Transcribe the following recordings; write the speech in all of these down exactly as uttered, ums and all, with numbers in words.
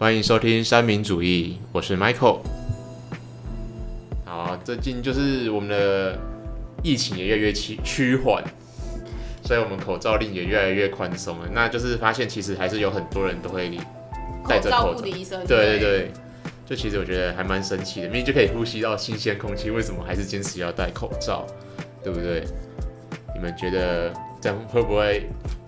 欢迎收听三民主义，我是 Michael。好，最近就是我们的疫情也越来越趋缓，所以我们口罩令也越来越宽松了。那就是发现其实还是有很多人都会戴着口罩， 口罩不离身。 对对对，就其实我觉得还蛮神奇的，明明就可以呼吸到新鲜空气，为什么还是坚持要戴口罩？对不对？你们觉得这样会不会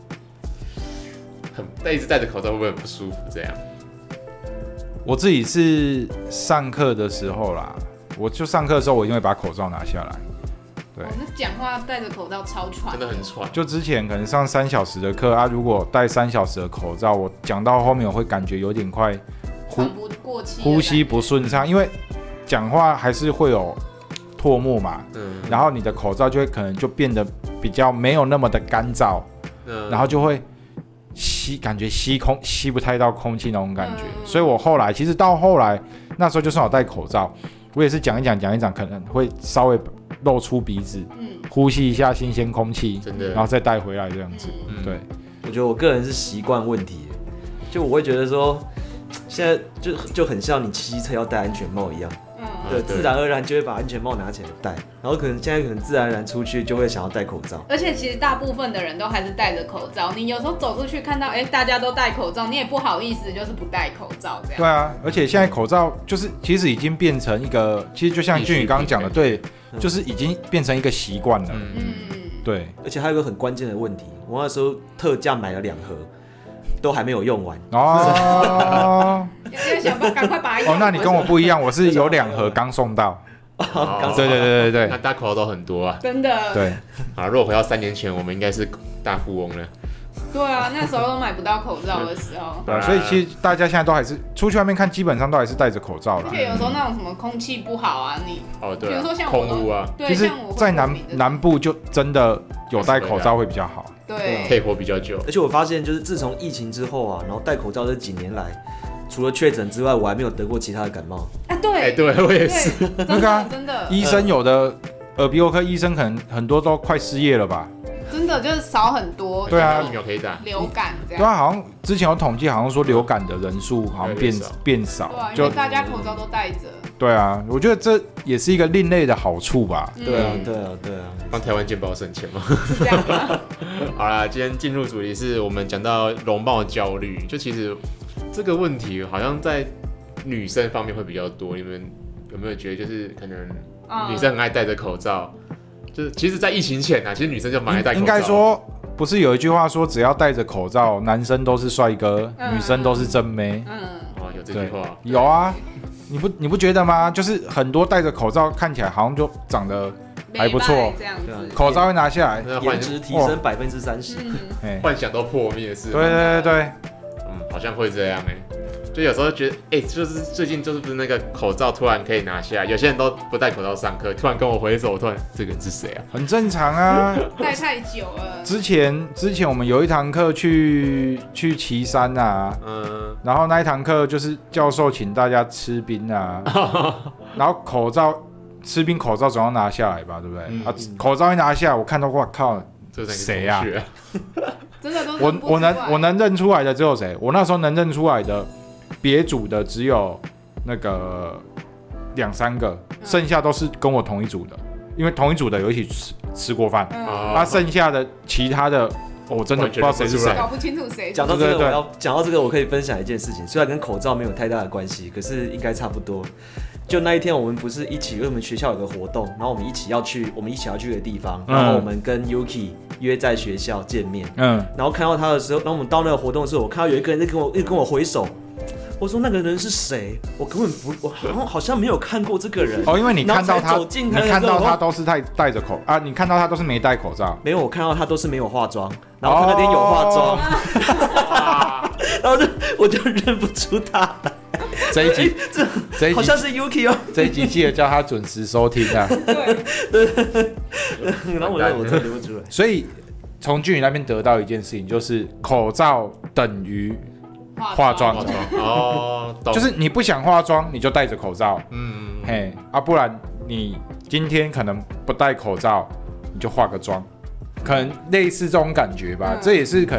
很一直戴着口罩会不会很不舒服？这样？ 我自己是上课的时候啦，我就上课的时候，我一定会把口罩拿下来。对， 哦、那讲话戴着口罩超喘， 真的很喘。 就之前可能上三小时的课啊，如果戴三小时的口罩，我讲到后面我会感觉有点快呼不过气， 呼吸不顺畅，因为讲话还是会有唾沫嘛，嗯，然后你的口罩就会可能就变得比较没有那么的干燥，嗯，然后就会吸，感觉吸空吸不太到空气那种感觉，嗯、所以我后来其实到后来那时候就算我戴口罩，我也是讲一讲讲一讲，可能会稍微露出鼻子，嗯，呼吸一下新鲜空气，真的，然后再带回来这样子，嗯、对。 我觉得我个人是习惯问题，就我会觉得说，现在就就很像你骑车要戴安全帽一样。对，自然而然就会把安全帽拿起来戴，然后可能现在可能自然而然出去就会想要戴口罩。 而且其实大部分的人都还是戴着口罩，你有时候走出去看到，哎，大家都戴口罩，你也不好意思，就是不戴口罩这样。 对啊，而且现在口罩就是其实已经变成一个，其实就像俊宇刚刚讲的，对，就是已经变成一个习惯了。嗯，对。 而且还有一个很关键的问题，我那时候特价买了两盒。都还没有用完哦， 想赶快把它用完。 哦，那你跟我不一样，我是有两盒刚送到。 哦， 对对对对对， 那大家口罩都很多啊， 真的。 对， 啊，如果回到三年前，我们应该是大富翁了。 对啊，那时候都买不到口罩的时候。 对，所以其实大家现在都还是出去外面看，基本上都还是戴着口罩啦。 而且有时候那种什么空气不好啊，你哦对， 比如说像空污啊， 对， 其实在南南部就真的有戴口罩会比较好。 对， 可以活比较久。 而且我发现，就是自从疫情之后啊，然后戴口罩这几年来，除了确诊之外，我还没有得过其他的感冒。 啊，对， 哎，对我也是。 那个啊， 真的， 医生有的耳鼻喉科医生可能很多都快失业了吧？ 真的就是少很多。 对啊， 疫苗可以打。 流感这样。 对啊，好像之前有统计，好像说流感的人数好像变变少。 对啊，因为大家口罩都戴着。 对啊，我觉得这也是一个另类的好处吧。 对啊，对啊，对啊， 帮台湾健保省钱嘛。 是这样吗？ 好啦，今天进入主题是我们讲到容貌焦虑，就其实这个问题好像在女生方面会比较多。你们有没有觉得，就是可能女生很爱戴着口罩？就是其实，在疫情前啊，其实女生就蛮爱戴口罩。 应该说，不是有一句话说，只要戴着口罩，男生都是帅哥，嗯、女生都是正妹。 嗯，哦，有这句话。 有啊。你不你不觉得吗？就是很多戴着口罩看起来好像就长得还不错， 这样子， 口罩一拿下来， 颜值提升百分之三十， 幻想都破灭是。 对对对对， 嗯，好像会这样哎、欸。就有时候觉得，哎、欸，就是最近就是不是那个口罩突然可以拿下来，有些人都不戴口罩上课，突然跟我挥手，突然这个人是谁啊？ 很正常啊， 戴太久了。 之前之前我们有一堂课去去旗山啊，嗯，然后那一堂课就是教授请大家吃冰啊，然后口罩吃冰口罩总要拿下来吧，对不对？嗯、啊，口罩一拿下来，我看到哇靠，谁啊？ 真的都我我能我能认出来的只有谁？我那时候能认出来的。别组的只有那个两三个，剩下都是跟我同一组的，因为同一组的有一起吃吃过饭，嗯、啊，剩下的其他的，我、哦、真的不知道谁是谁， 搞不清楚谁。 讲到这个，我要讲到这个，我可以分享一件事情，虽然跟口罩没有太大的关系，可是应该差不多。就那一天，我们不是一起，因为我们学校有个活动，然后我们一起要去，我们一起要去的地方，然后我们跟 Yuki 约在学校见面，嗯，然后看到他的时候，然后我们到那个活动的时候，我看到有一个人在跟我一直跟我挥手。我说那个人是谁？我根本不，我好像好像没有看过这个人。 哦，因为你看到他，你看到他都是戴戴着口啊，你看到他都是没戴口罩。 没有，我看到他都是没有化妆，然后他那天有化妆，哦、然后就我就认不出他来。 这一集， 这这一集好像是 Yuki 哦。 这一集记得叫他准时收听啊。 对对。然后我我真的认不出来。 所以从俊宇那边得到一件事情，就是口罩等于。化妆哦， 就是你不想化妆，你就戴着口罩，嗯，嘿啊，不然你今天可能不戴口罩，你就化个妆，可能类似这种感觉吧。嗯、这也是可能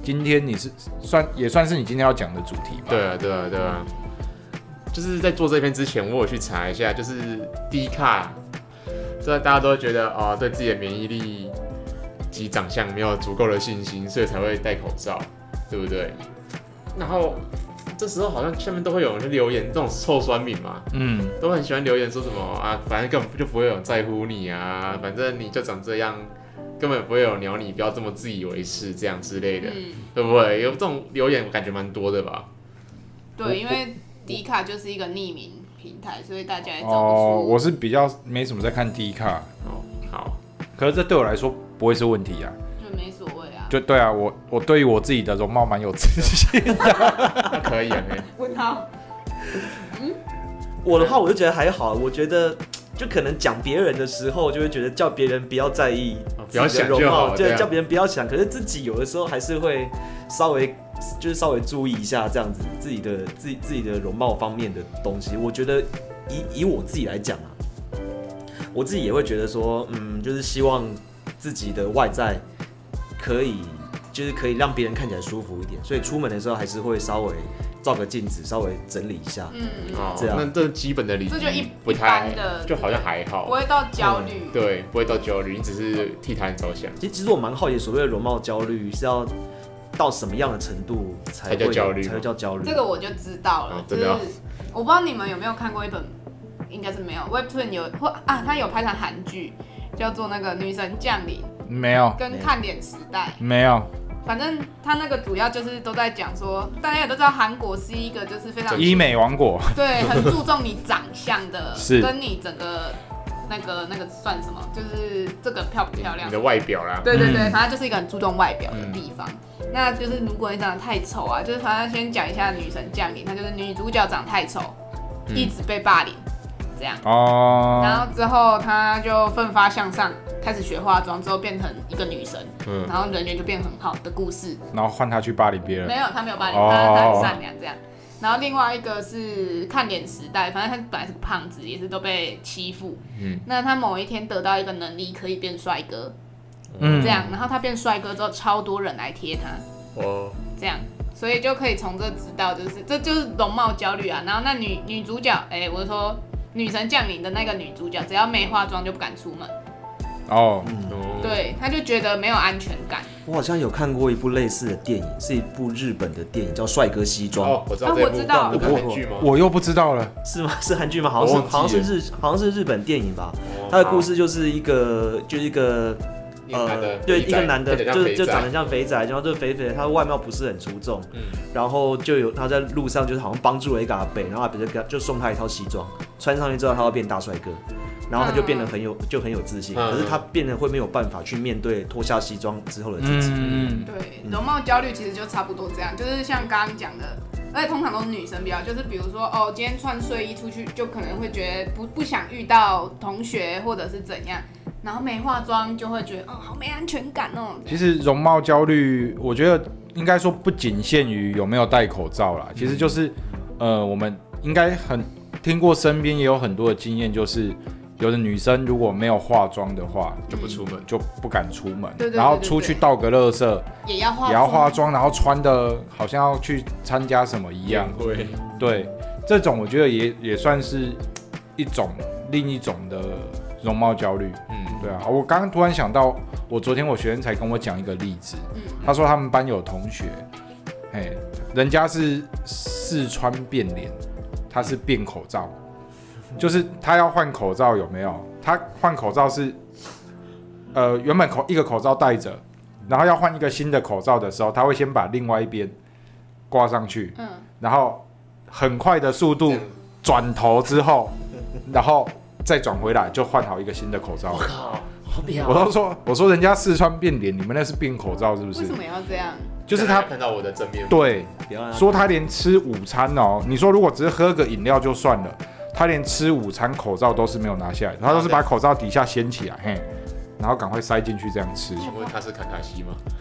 今天你是算也算是你今天要讲的主题吧？ 对啊，对啊，对啊。就是在做这篇之前，我有去查一下，就是 D 卡，这大家都觉得哦，对自己的免疫力及长相没有足够的信心，所以才会戴口罩，对不对？然后这时候好像下面都会有人留言，这种臭酸民嘛，嗯，都很喜欢留言说什么啊，反正根本就不会有人在乎你啊，反正你就长这样。根本不会有人鸟你，不要这么自以为是，这样之类的，嗯、对不对？有这种留言，我感觉蛮多的吧？ 对，因为迪卡就是一个匿名平台，所以大家也找不出。 哦，我是比较没什么在看迪卡。 哦，好。 可是这对我来说不会是问题啊。 就没所谓啊。 就对啊，我我对于我自己的容貌蛮有自信的。 那可以啊，可以。 问号。 嗯，我的话我就觉得还好，我觉得。就可能讲别人的时候，就会觉得叫别人不要在意自己的容貌，就叫别人不要想。可是自己有的时候还是会稍微，就是稍微注意一下这样子自己的自己自己的容貌方面的东西。我觉得以以我自己来讲啊，我自己也会觉得说，嗯，就是希望自己的外在可以，就是可以让别人看起来舒服一点。所以出门的时候还是会稍微。照个镜子，稍微整理一下，嗯，这样。 那这基本的礼仪， 这就一不太的， 就好像还好， 不会到焦虑、 嗯。对，不会到焦虑，你只是替他人着想。 其实，其实我蛮好奇，所谓的容貌焦虑是要到什么样的程度才会叫焦虑？ 才会叫焦虑？ 这个我就知道了，就是我不知道你们有没有看过一本，应该是没有 Webtoon 有或啊，他有拍成韩剧，叫做那个《女神降临》， 没有， 跟看脸时代没有。 反正他那个主要就是都在讲说，大家也都知道韩国是一个就是非常医美王国， 对，很注重你长相的， 是跟你整个那个那个算什么，就是这个漂不漂亮， 你的外表啦， 对对对，嗯、反正就是一个很注重外表的地方。嗯、那就是如果你长得太丑啊，就是反正先讲一下女神降临，她就是女主角长太丑，嗯、一直被霸凌。这样哦，然后之后她就奋发向上，开始学化妆，之后变成一个女神，嗯、然后人缘就变很好的故事。 然后换她去霸凌别人？ 没有，她没有霸凌，她她、哦、很善良这样。然后另外一个是看脸时代，反正她本来是个胖子，也是都被欺负。嗯，那她某一天得到一个能力，可以变帅哥，嗯，这样，然后她变帅哥之后，超多人来贴她，哦，这样。所以就可以从这知道，就是这就是容貌焦虑啊。然后那女女主角，哎、欸，我是说女神降临的那个女主角，只要没化妆就不敢出门。哦，嗯、对，她就觉得没有安全感。 我好像有看过一部类似的电影，是一部日本的电影，叫《帅哥西装》。 哦，我知道这部， 啊、我知道， 你看韩剧吗？ 我又不知道了， 是吗？是韩剧吗？好像是，好像是日，好像是日本电影吧。它、哦、的故事就是一个，就是一个。呃，对，一个男的就就长得像肥仔，然后就肥肥的，他的外貌不是很出众，嗯，然后就有他在路上就是好像帮助了一个阿伯，然后阿伯就就送他一套西装，穿上去之后他会变大帅哥，然后他就变得很有就很有自信，嗯、可是他变得会没有办法去面对脱下西装之后的自己。 嗯，对，容貌焦虑其实就差不多这样，就是像刚刚讲的。而且通常都是女生比较，就是比如说哦，今天穿睡衣出去，就可能会觉得不不想遇到同学或者是怎样，然后没化妆就会觉得哦，好没安全感哦。 其实容貌焦虑，我觉得应该说不仅限于有没有戴口罩啦，其实就是呃，我们应该很听过，身边也有很多的经验，就是有的女生如果没有化妆的话， 就不出门， 就不敢出门， 对对对对对， 然后出去倒个垃圾也要化也要化妆，然后穿的好像要去参加什么一样。 对对，这种我觉得也也算是一种另一种的容貌焦虑。嗯，对啊，我刚刚突然想到，我昨天我学生才跟我讲一个例子，嗯、他说他们班有同学，哎，人家是试穿变脸，他是变口罩。就是他要换口罩有没有？他换口罩是，呃，原本口一个口罩戴着，然后要换一个新的口罩的时候，他会先把另外一边挂上去，嗯，然后很快的速度转头之后，然后再转回来就换好一个新的口罩。 我靠，好屌！ 我都说，我说人家试穿变脸，你们那是变口罩是不是？ 为什么要这样？ 就是他看到我的正面。 对，说他连吃午餐哦，你说如果只是喝个饮料就算了。他连吃午餐口罩都是没有拿下来的，他都是把口罩底下掀起来，嘿，然后赶快塞进去这样吃。 请问他是卡卡西吗？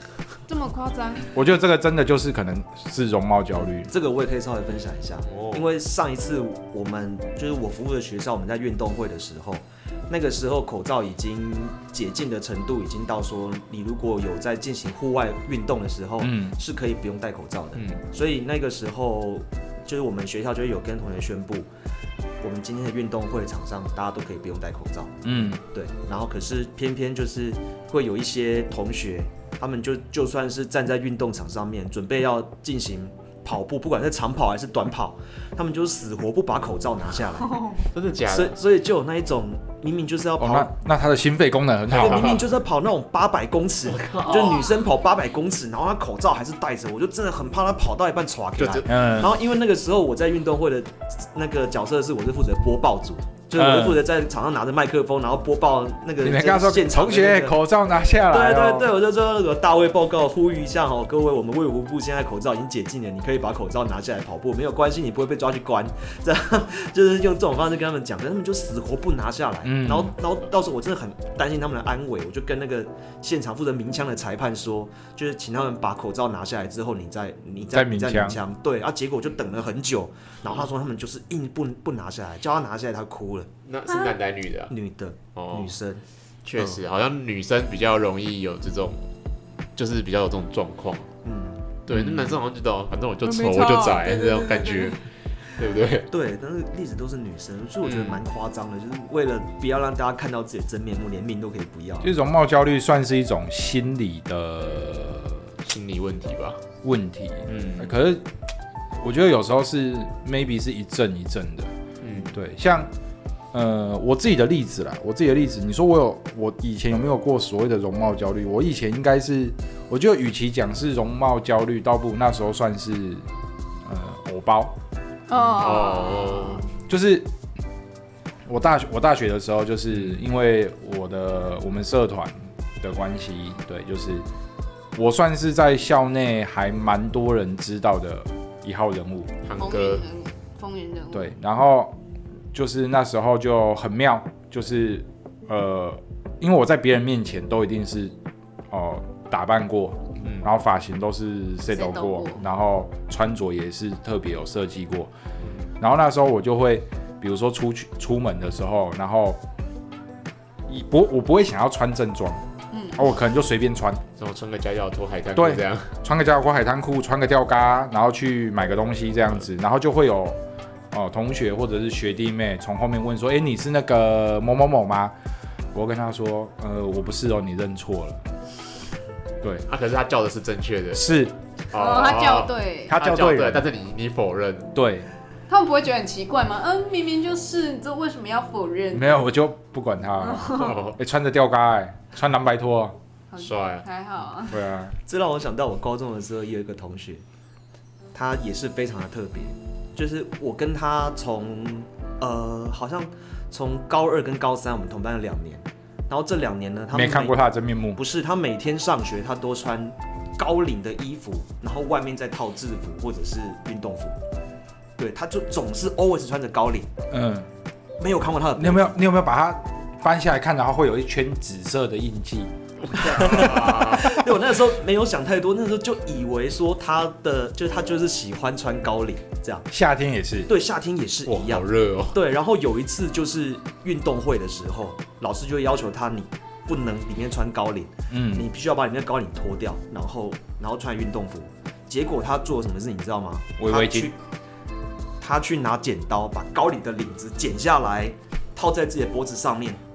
这么夸张？ 我觉得这个真的就是可能是容貌焦虑。 这个我也可以稍微分享一下，哦、因为上一次我们就是我服务的学校，我们在运动会的时候，那个时候口罩已经解禁的程度已经到说，你如果有在进行户外运动的时候，嗯，是可以不用戴口罩的。嗯，所以那个时候就是我们学校就有跟同学宣布，我们今天的运动会场上大家都可以不用戴口罩。嗯，对。然后可是偏偏就是会有一些同学。他们就就算是站在运动场上面，准备要进行跑步，不管是长跑还是短跑，他们就是死活不把口罩拿下来。 真的假的？ 所以所以就有那一种明明就是要跑， 哦、那, 那他的心肺功能很好。 明明就是要跑那种八百公尺，就女生跑八百公尺，然后她口罩还是戴着，我就真的很怕她跑到一半唰起来。然后因为那个时候我在运动会的那个角色是我是负责播报组。就是我负责在场上拿着麦克风，然后播报那个现场、那個。 同学，口罩拿下来、 哦。对对对，我就说那个大会报告，呼吁一下哈，各位，我们卫福部现在口罩已经解禁了，你可以把口罩拿下来跑步，没有关系，你不会被抓去关。这样就是用这种方式跟他们讲，可是他们就死活不拿下来。嗯、然后，然后到时候我真的很担心他们的安危，我就跟那个现场负责鸣枪的裁判说，就是请他们把口罩拿下来之后，你再你再鸣枪。对啊，结果就等了很久，然后他说他们就是硬不不拿下来，叫他拿下来，他哭了。 那是男的还是女的、啊？ 女的，哦、女生。 确实、嗯，好像女生比较容易有这种，就是比较有这种状况。嗯，对，那、嗯、男生好像觉得，反正我就丑，我就窄这种感觉，对不对？ 对，但是例子都是女生，所以我觉得蛮夸张的、嗯，就是为了不要让大家看到自己的真面目，连命都可以不要。 其实容貌焦虑算是一种心理的心理问题吧？ 问题，嗯，可是我觉得有时候是 maybe 是一阵一阵的，嗯，对，像。呃，我自己的例子啦，我自己的例子，你说我有，我以前有没有过所谓的容貌焦虑？我以前应该是，我觉得与其讲是容貌焦虑，倒不如那时候算是呃偶包。哦，就是我大学我大学的时候，就是因为我的我们社团的关系，对，就是我算是在校内还蛮多人知道的一号人物， 航哥， 风云人物， 对，然后。就是那时候就很妙，就是呃，因为我在别人面前都一定是哦、呃、打扮过，嗯，然后发型都是 set 过，然后穿着也是特别有设计过，然后那时候我就会，比如说出去出门的时候，然后不我不会想要穿正装，嗯，我可能就随便穿， 然后穿个夹脚拖、海滩裤这样， 穿个夹脚拖、海滩裤，穿个吊嘎，然后去买个东西这样子，然后就会有。哦，同学或者是学弟妹从后面问说：“哎、欸，你是那个某某某吗？”我跟他说：“呃，我不是哦，你认错了。”对， 啊，可是他叫的是正确的， 是哦，他叫对， 他叫对， 但是你你否认， 对， 他们不会觉得很奇怪吗？嗯，明明就是，这为什么要否认？ 没有，我就不管他了。哎、欸，穿着吊嘎，哎，穿蓝白拖， 帅、啊， 还好啊。 对啊， 这让我想到我高中的时候也有一个同学，他也是非常的特别。就是我跟他从呃，好像从高二跟高三我们同班了两年，然后这两年呢，他没看过他的真面目。 不是，他每天上学他都穿高领的衣服，然后外面再套制服或者是运动服。对，他就总是 always 穿着高领。嗯，没有看过他的。 你有没有？你有没有把他翻下来看，然后会有一圈紫色的印记？ 对，我那时候没有想太多，那时候就以为说他的就是他就是喜欢穿高领这样。 夏天也是， 对，夏天也是一样。 好热哦。 对，然后有一次就是运动会的时候，老师就要求他你不能里面穿高领，嗯，你必须要把里面的高领脱掉，然后然后穿运动服。结果他做了什么事你知道吗？ 围围巾。 他去拿剪刀把高领的领子剪下来，套在自己的脖子上面。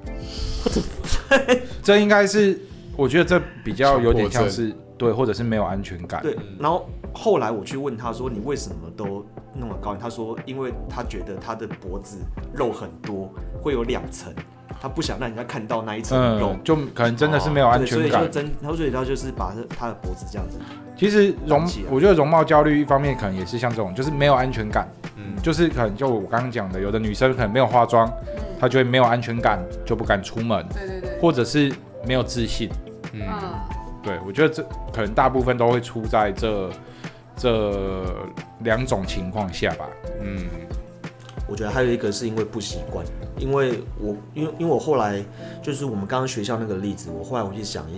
这应该是。我觉得这比较有点像是对，或者是没有安全感。 对，然后后来我去问他说：“你为什么都弄了高领？”他说：“因为他觉得他的脖子肉很多，会有两层，他不想让人家看到那一层肉、嗯， 就可能真的是没有安全感。哦” 所以就真，他所以他就是把他的脖子这样子。 其实容，我觉得容貌焦虑一方面可能也是像这种，就是没有安全感。嗯，就是可能就我刚刚讲的，有的女生可能没有化妆，她就会没有安全感，就不敢出门。 对对对， 或者是没有自信。嗯，对，我觉得这可能大部分都会出在这这两种情况下吧。嗯， 我觉得还有一个是因为不习惯，因为我因为因为我后来就是我们刚刚学校那个例子，我后来我去想一想，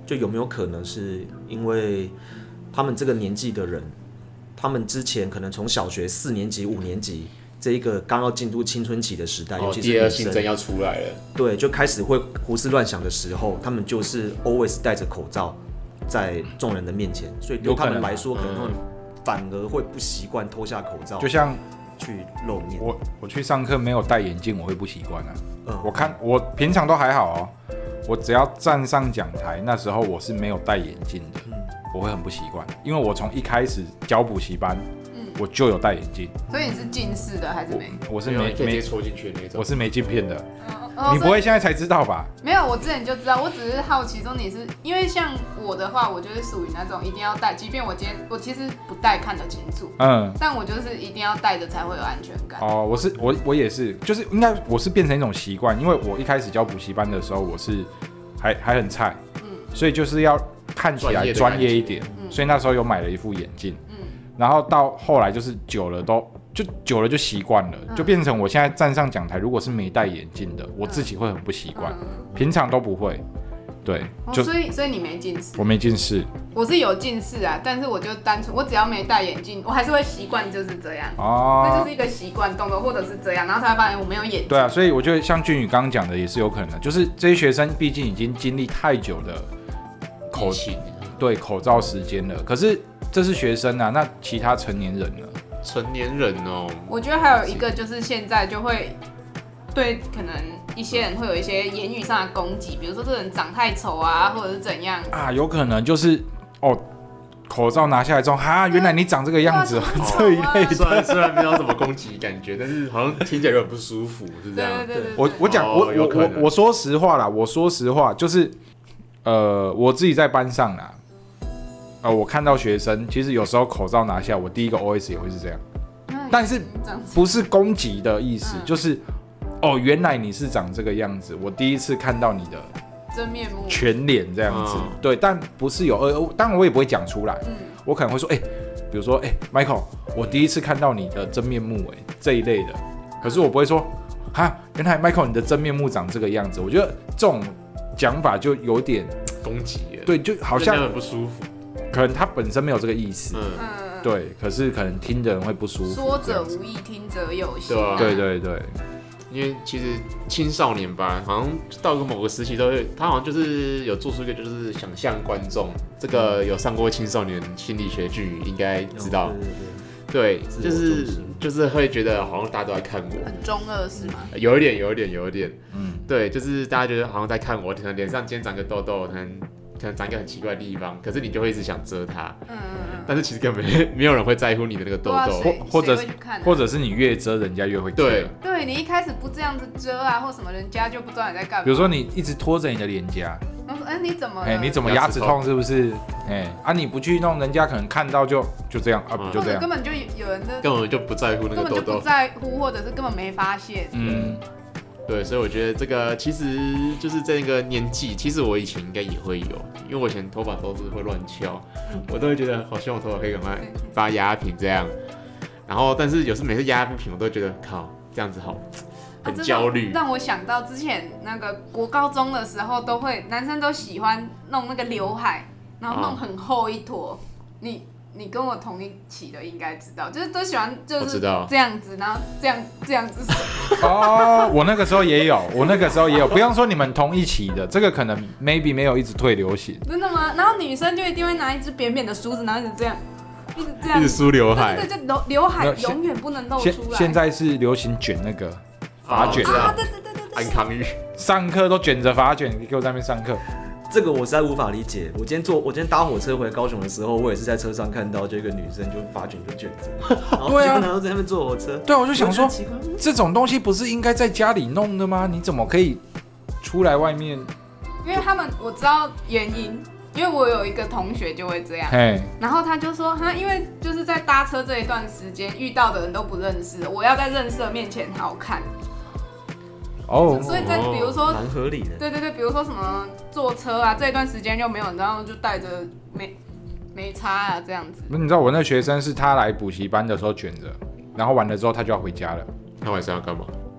就有没有可能是因为他们这个年纪的人，他们之前可能从小学四年级、五年级这一个刚要进入青春期的时代， 哦、 尤其是第二性征要出来了， 对，就开始会胡思乱想的时候，他们就是 always 戴着口罩在众人的面前，所以对他们来说，可能他们反而会不习惯脱下口罩， 就像去露面。 我我去上课没有戴眼镜，我会不习惯啊。 嗯、 我看我平常都还好哦，我只要站上讲台，那时候我是没有戴眼镜的，嗯、我会很不习惯，因为我从一开始教补习班。我就有戴眼镜， 所以你是近视的还是没？ 我是没没戳进去的那种， 我是没镜片的。 哦、 你不会现在才知道吧？ 没有，我之前就知道，我只是好奇说你是因为像我的话，我就是属于那种一定要戴，即便我今天我其实不戴看得清楚，嗯，但我就是一定要戴着才会有安全感。 哦，我是我我也是，就是应该我是变成一种习惯，因为我一开始教补习班的时候，我是还还很菜，嗯，所以就是要看起来专业一点，嗯、所以那时候有买了一副眼镜。然后到后来就是久了都就久了就习惯了，嗯、就变成我现在站上讲台，如果是没戴眼镜的，我自己会很不习惯，嗯、平常都不会。对， 哦、就所以所以你没近视， 我没近视， 我是有近视啊，但是我就单纯我只要没戴眼镜，我还是会习惯就是这样，哦，那就是一个习惯动作，或者是这样，然后才发现我没有眼镜。 对啊，所以我觉得像俊宇刚刚讲的也是有可能的，就是这些学生毕竟已经经历太久的口对口罩时间了，可是。这是学生啊，那其他成年人呢？ 成年人哦， 我觉得还有一个就是现在就会对可能一些人会有一些言语上的攻击，比如说这人长太丑啊，或者是怎样啊，有可能就是哦，口罩拿下来之后，哈，原来你长这个样子，这一类的。 虽然虽然没有什么攻击感觉，但是好像听起来有点不舒服，是这样。 对对对。 我我讲、哦、我我我我说实话啦，我说实话就是呃，我自己在班上啦。呃，我看到学生，其实有时候口罩拿下，我第一个 O S 也会是这样，但是不是攻击的意思，嗯、就是哦，原来你是长这个样子，我第一次看到你的真面目， 全脸这样子，嗯、对，但不是有呃，当然我也不会讲出来，嗯、我可能会说，哎、欸，比如说，哎、欸、，Michael， 我第一次看到你的真面目、欸，哎，这一类的，可是我不会说，哈，原来 Michael 你的真面目长这个样子，我觉得这种讲法就有点攻击， 对，就好像很不舒服。 可能他本身没有这个意思，嗯，对，可是可能听的人会不舒服。 说者无意，听者有心。 对对对， 因为其实青少年吧，好像到个某个时期都会，他好像就是有做出一个就是想象观众，这个有上过青少年心理学剧应该知道， 哦、对对对，对就是就是会觉得好像大家都在看我， 很中二是吗？ 有一点，有一点，有一点，嗯，对，就是大家觉得好像在看我，可能脸上今天长个痘痘，可能。可能长一个很奇怪的地方，可是你就会一直想遮它，嗯嗯，但是其实根本没有人会在乎你的那个痘痘， 或或者或者是你越遮，人家越会对， 对你一开始不这样子遮啊，或什么，人家就不知道你在干嘛。 比如说你一直拖着你的脸颊， 我说，哎，你怎么了？ 哎，你怎么牙齿痛是不是？哎，啊，你不去弄，人家可能看到就就这样啊，不就这样， 根本就有人根本就不在乎那个痘痘， 根本就不在乎，或者是根本没发现，嗯。 对，所以我觉得这个其实就是这个年纪，其实我以前应该也会有，因为我以前头发都是会乱翘，我都会觉得好希望我头发可以赶快发压平这样，然后但是有时每次压平我都会觉得靠这样子好很焦虑、 啊，让我想到之前那个国高中的时候，都会男生都喜欢弄那个刘海，然后弄很厚一坨，你。你跟我同一期的应该知道，就是都喜欢就是这样子，然后这样这样子。 哦，我那个时候也有，我那个时候也有，不用说你们同一期的，这个可能 maybe 没有一直退流行。 真的吗？然后女生就一定会拿一支扁扁的梳子，然后一直这样，一直这样， 一直梳刘海。 对对对，刘海永远不能露出来。 现在是流行卷那个发卷啊，对对对对对。 安康玉上课都卷着发卷，你给我在那边上课。 这个我实在无法理解。我今天坐，我今天搭火车回高雄的时候，我也是在车上看到，就一个女生就发卷就卷着，对啊，然后在那边坐火车。 对啊，我就想说，这种东西不是应该在家里弄的吗？你怎么可以出来外面？ 因为他们我知道原因，因为我有一个同学就会这样，然后他就说，他因为就是在搭车这一段时间遇到的人都不认识，我要在认识的面前好看。哦，所以在比如说， 蛮合理的。 对对对，比如说什么坐车啊，这一段时间就没有人，然后就带着没没差啊这样子。 你知道我那学生是他来补习班的时候卷着，然后完了之后他就要回家了。 他晚上要干嘛？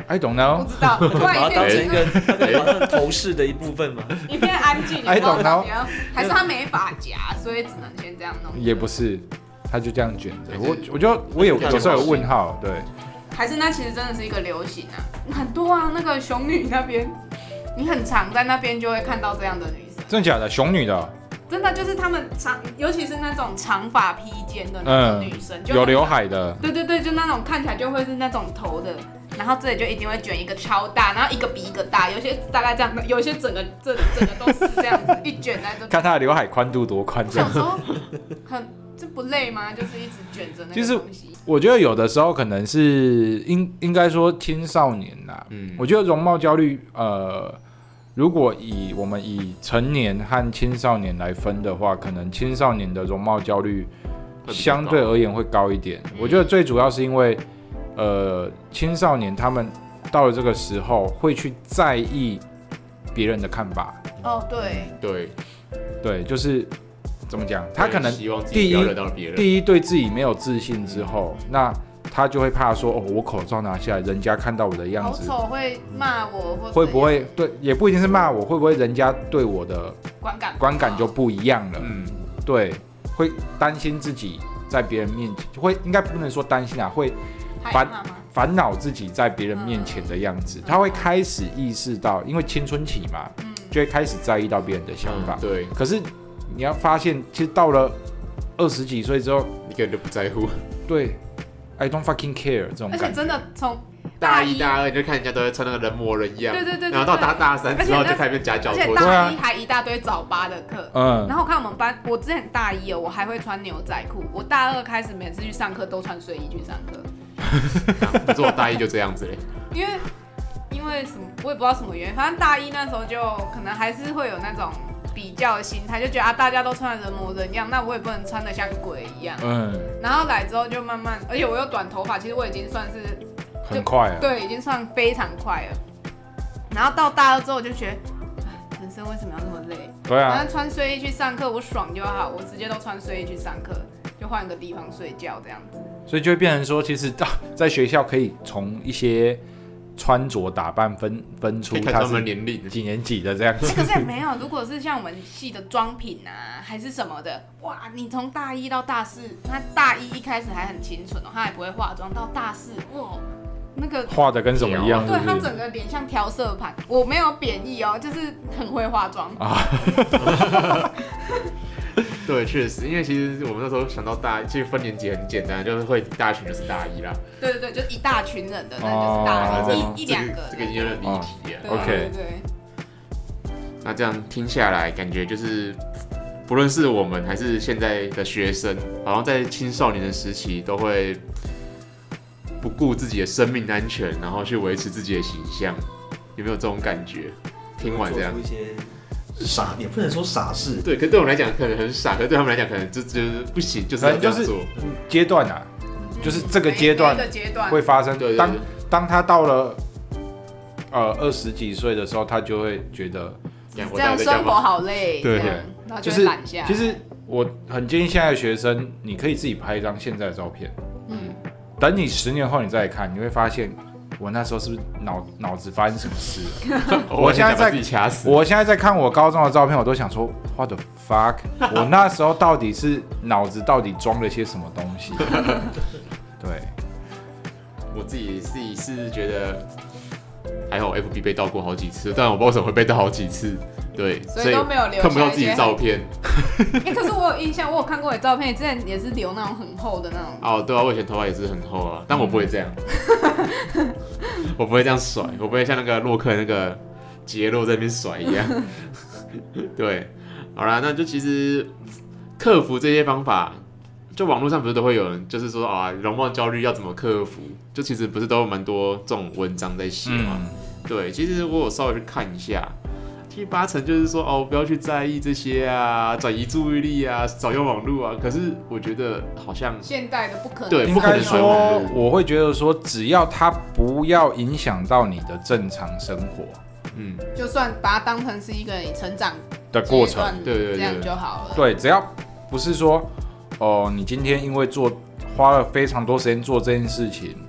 I don't know， 不知道， 把它当成一个把它头饰的一部分嘛。 一片安静， I don't know， 还是他没发夹，所以只能先这样弄。 也不是，他就这样卷着。我我觉得我有有时候有问号，对。 还是那其实真的是一个流行啊，很多啊，那个熊女那边，你很常在那边就会看到这样的女生。 真的假的？熊女的？ 真的就是他们长，尤其是那种长发披肩的那种女生， 嗯、有刘海的。 对对对，就那种看起来就会是那种头的，然后这里就一定会卷一个超大，然后一个比一个大，有些大概这样，有些整个这里整个都是这样子，一卷在这。 看她的刘海宽度多宽，这样。 想说很这不累吗？就是一直卷着那个东西。 我觉得有的时候可能是应应该说青少年啦，嗯，我觉得容貌焦虑，呃，如果以我们以成年和青少年来分的话，可能青少年的容貌焦虑相对而言会高一点。我觉得最主要是因为，呃，青少年他们到了这个时候会去在意别人的看法。 哦，对， 对， 对，就是。怎么讲？他可能第一第一对自己没有自信之后，那他就会怕说，哦，我口罩拿下来，人家看到我的样子， 好丑，会骂我，或会不会对？也不一定是骂我，会不会人家对我的观感观感就不一样了？嗯，对，会担心自己在别人面前，会应该不能说担心啊，会烦烦恼自己在别人面前的样子，嗯、他会开始意识到，因为青春期嘛，嗯、就会开始在意到别人的想法。 嗯、对， 可是。你要发现，其实到了二十几岁之后， 一个人都不在乎。 对 ，I don't fucking care 这种感觉。 而且真的从大一、大二你就看人家都会穿那个人模人样， 对对 对, 對。 然后到大大三之后就开始变夹脚拖。 而且大一还一大堆早八的课。 嗯。 然后我看我们班，我之前大一哦，我还会穿牛仔裤。我大二开始每次去上课都穿睡衣去上课。 可是我大一就这样子嘞。 因为因为什么，我也不知道什么原因，反正大一那时候就可能还是会有那种。比较的心态就觉得啊，大家都穿的人模人样，那我也不能穿的像鬼一样。嗯。然后来之后就慢慢，而且我又短头发，其实我已经算是很快了。 对，已经算非常快了。然后到大二之后，我就觉得，人生为什么要那么累？ 对啊。 反正穿睡衣去上课，我爽就好，我直接都穿睡衣去上课，就换个地方睡觉这样子。 所以就会变成说，其实到在学校可以从一些。穿着打扮分分出他是几年级的这样子， 可是也没有。如果是像我们系的妆品啊，还是什么的，哇！你从大一到大四，他大一一开始还很清纯哦，他还不会化妆，到大四哇，那个画的跟什么一样？ 对，他整个脸像调色盘。我没有贬义哦，就是很会化妆啊。 对，确实，因为其实我们那时候想到大，其实分年级很简单，就是会一大群就是大一啦。 对对对，就一大群人的，那就是大一， 哦、 一一两个。 这个已经有点离题了。 哦、 OK， 对对对。 那这样听下来，感觉就是不论是我们还是现在的学生，好像在青少年的时期都会不顾自己的生命安全，然后去维持自己的形象，有没有这种感觉？听完这样。 傻也不能说傻事， 对，可对我们来讲可能很傻，可对他们来讲可能就就是不行，就是要这样做。 阶段啊，就是这个阶段会发生。 对对对， 当当他到了呃二十几岁的时候，他就会觉得这样生活好累， 对， 然后就会懒下来。 其实我很建议现在的学生，你可以自己拍一张现在的照片，嗯，等你十年后你再来看，你会发现。我那时候是不是脑脑子发生什么事了？我现在在我现在在看我高中的照片，我都想说 ，What the fuck？ 我那时候到底是脑子到底装了些什么东西？对， 我自己自己是觉得还好 ，F B 被盗过好几次，但我不知道为什么会被盗好几次。对， 所以都没有留下看不到自己的照片。 欸、可是我有印象，我有看过你照片，之前也是留那种很厚的那种。 哦，对啊，我以前头发也是很厚啊，但我不会这样，我不会这样甩，我不会像那个洛克那个杰洛在那边甩一样。对，好啦，那就其实克服这些方法，就网络上不是都会有人就是说啊，容貌焦虑要怎么克服？就其实不是都有蛮多这种文章在写嘛。嗯、对，其实我有稍微去看一下。七八成就是说哦，不要去在意这些啊，转移注意力啊，少用网络啊。可是我觉得好像现代的不可能， 对， 应该说我会觉得说，只要它不要影响到你的正常生活， 嗯，就算把它当成是一个你成长的过程， 对对对， 这样就好了。 对，只要不是说哦，你今天因为做花了非常多时间做这件事情，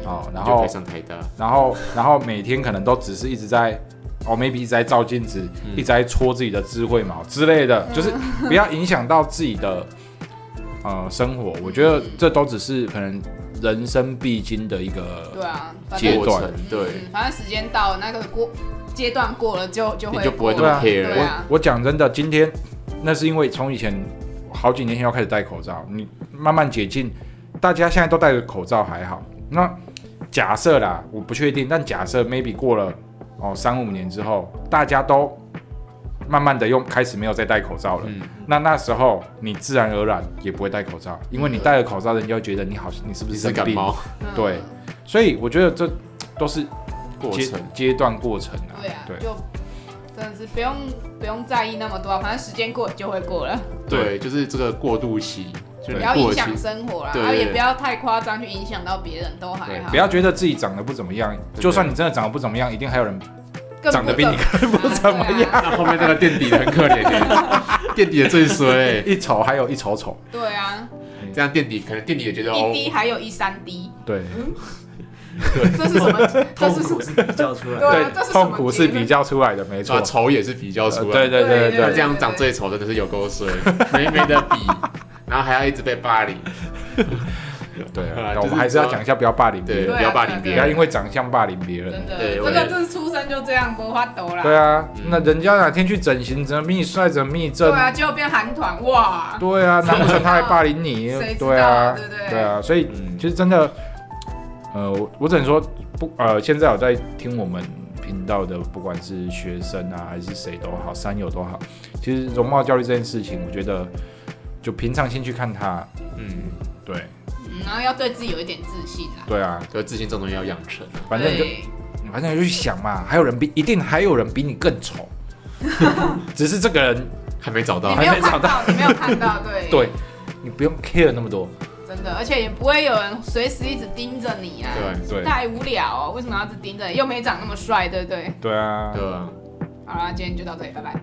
哦，然后就可以上台大， 然后然后每天可能都只是一直在哦 maybe 一直在照镜子，嗯、一直在戳自己的智慧毛之类的，就是不要影响到自己的呃生活。我觉得这都只是可能人生必经的一个对啊阶段， 对、 嗯，反正时间到了，那个过阶段过了就就会你就不会那么 care 了。 啊、 我我讲真的，今天那是因为从以前好几年前要开始戴口罩，你慢慢解禁，大家现在都戴着口罩还好。那假设啦，我不确定，但假设 maybe 过了哦三五年之后，大家都慢慢的用开始没有再戴口罩了，嗯、那那时候你自然而然也不会戴口罩，因为你戴了口罩，人家会觉得你好，你是不是生病？ 感冒？ 对，所以我觉得这都是过程阶段过程啊。 对啊， 对， 就真的是不用不用在意那么多、啊，反正时间过就会过了。 对，就是这个过渡期。 不要影响生活啦，然后也不要太夸张去影响到别人，都还好。 不要觉得自己长得不怎么样，就算你真的长得不怎么样，一定还有人长得比你更不怎么样。 那后面那个垫底的很可怜耶，垫底的最衰， 一丑还有一丑丑。 对啊， 这样垫底可能垫底也觉得一滴还有一三滴。 对， 这是什么？ 痛苦是比较出来的。 对，痛苦是比较出来的，没错。 丑也是比较出来的。 对对对对对， 这样长最丑真的是有够衰，没没得比。然后还要一直被霸凌， 对啊，我们还是要讲一下，不要霸凌别人， 不要霸凌别人， 不要因为长相霸凌别人。 真的，这个这出生就这样，没法度啦。 对啊，那人家哪天去整形，怎么比你帅，怎么比你正？ 对啊，结果变韩团，哇！ 对啊，难不成他还霸凌你？对啊， 对对对啊，所以其实真的，呃，我我只能说不，呃，现在有在听我们频道的，不管是学生啊，还是谁都好，山友都好，其实容貌焦虑这件事情，我觉得。就平常心去看他，嗯，对， 嗯，然后要对自己有一点自信啊。 对啊， 对自信这种东西要养成， 反正就，反正就去想嘛，还有人比，一定还有人比你更丑，只是这个人还没找到， 还没找到，你没有看到，对， 对，你不用 care 那么多， 真的，而且也不会有人随时一直盯着你啊， 对对， 太无聊哦，为什么要一直盯着你？又没长那么帅，对不对？ 对啊， 对啊。 好啦，今天就到这里，拜拜。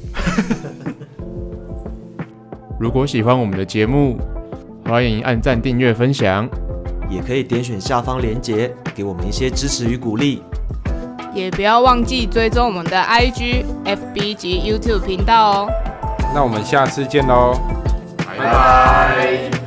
如果喜欢我们的节目，欢迎按赞、订阅、分享， 也可以点选下方连结，给我们一些支持与鼓励。 也不要忘记追踪我们的 I G、F B 及 YouTube 频道哦。 那我们下次见喽， 拜拜。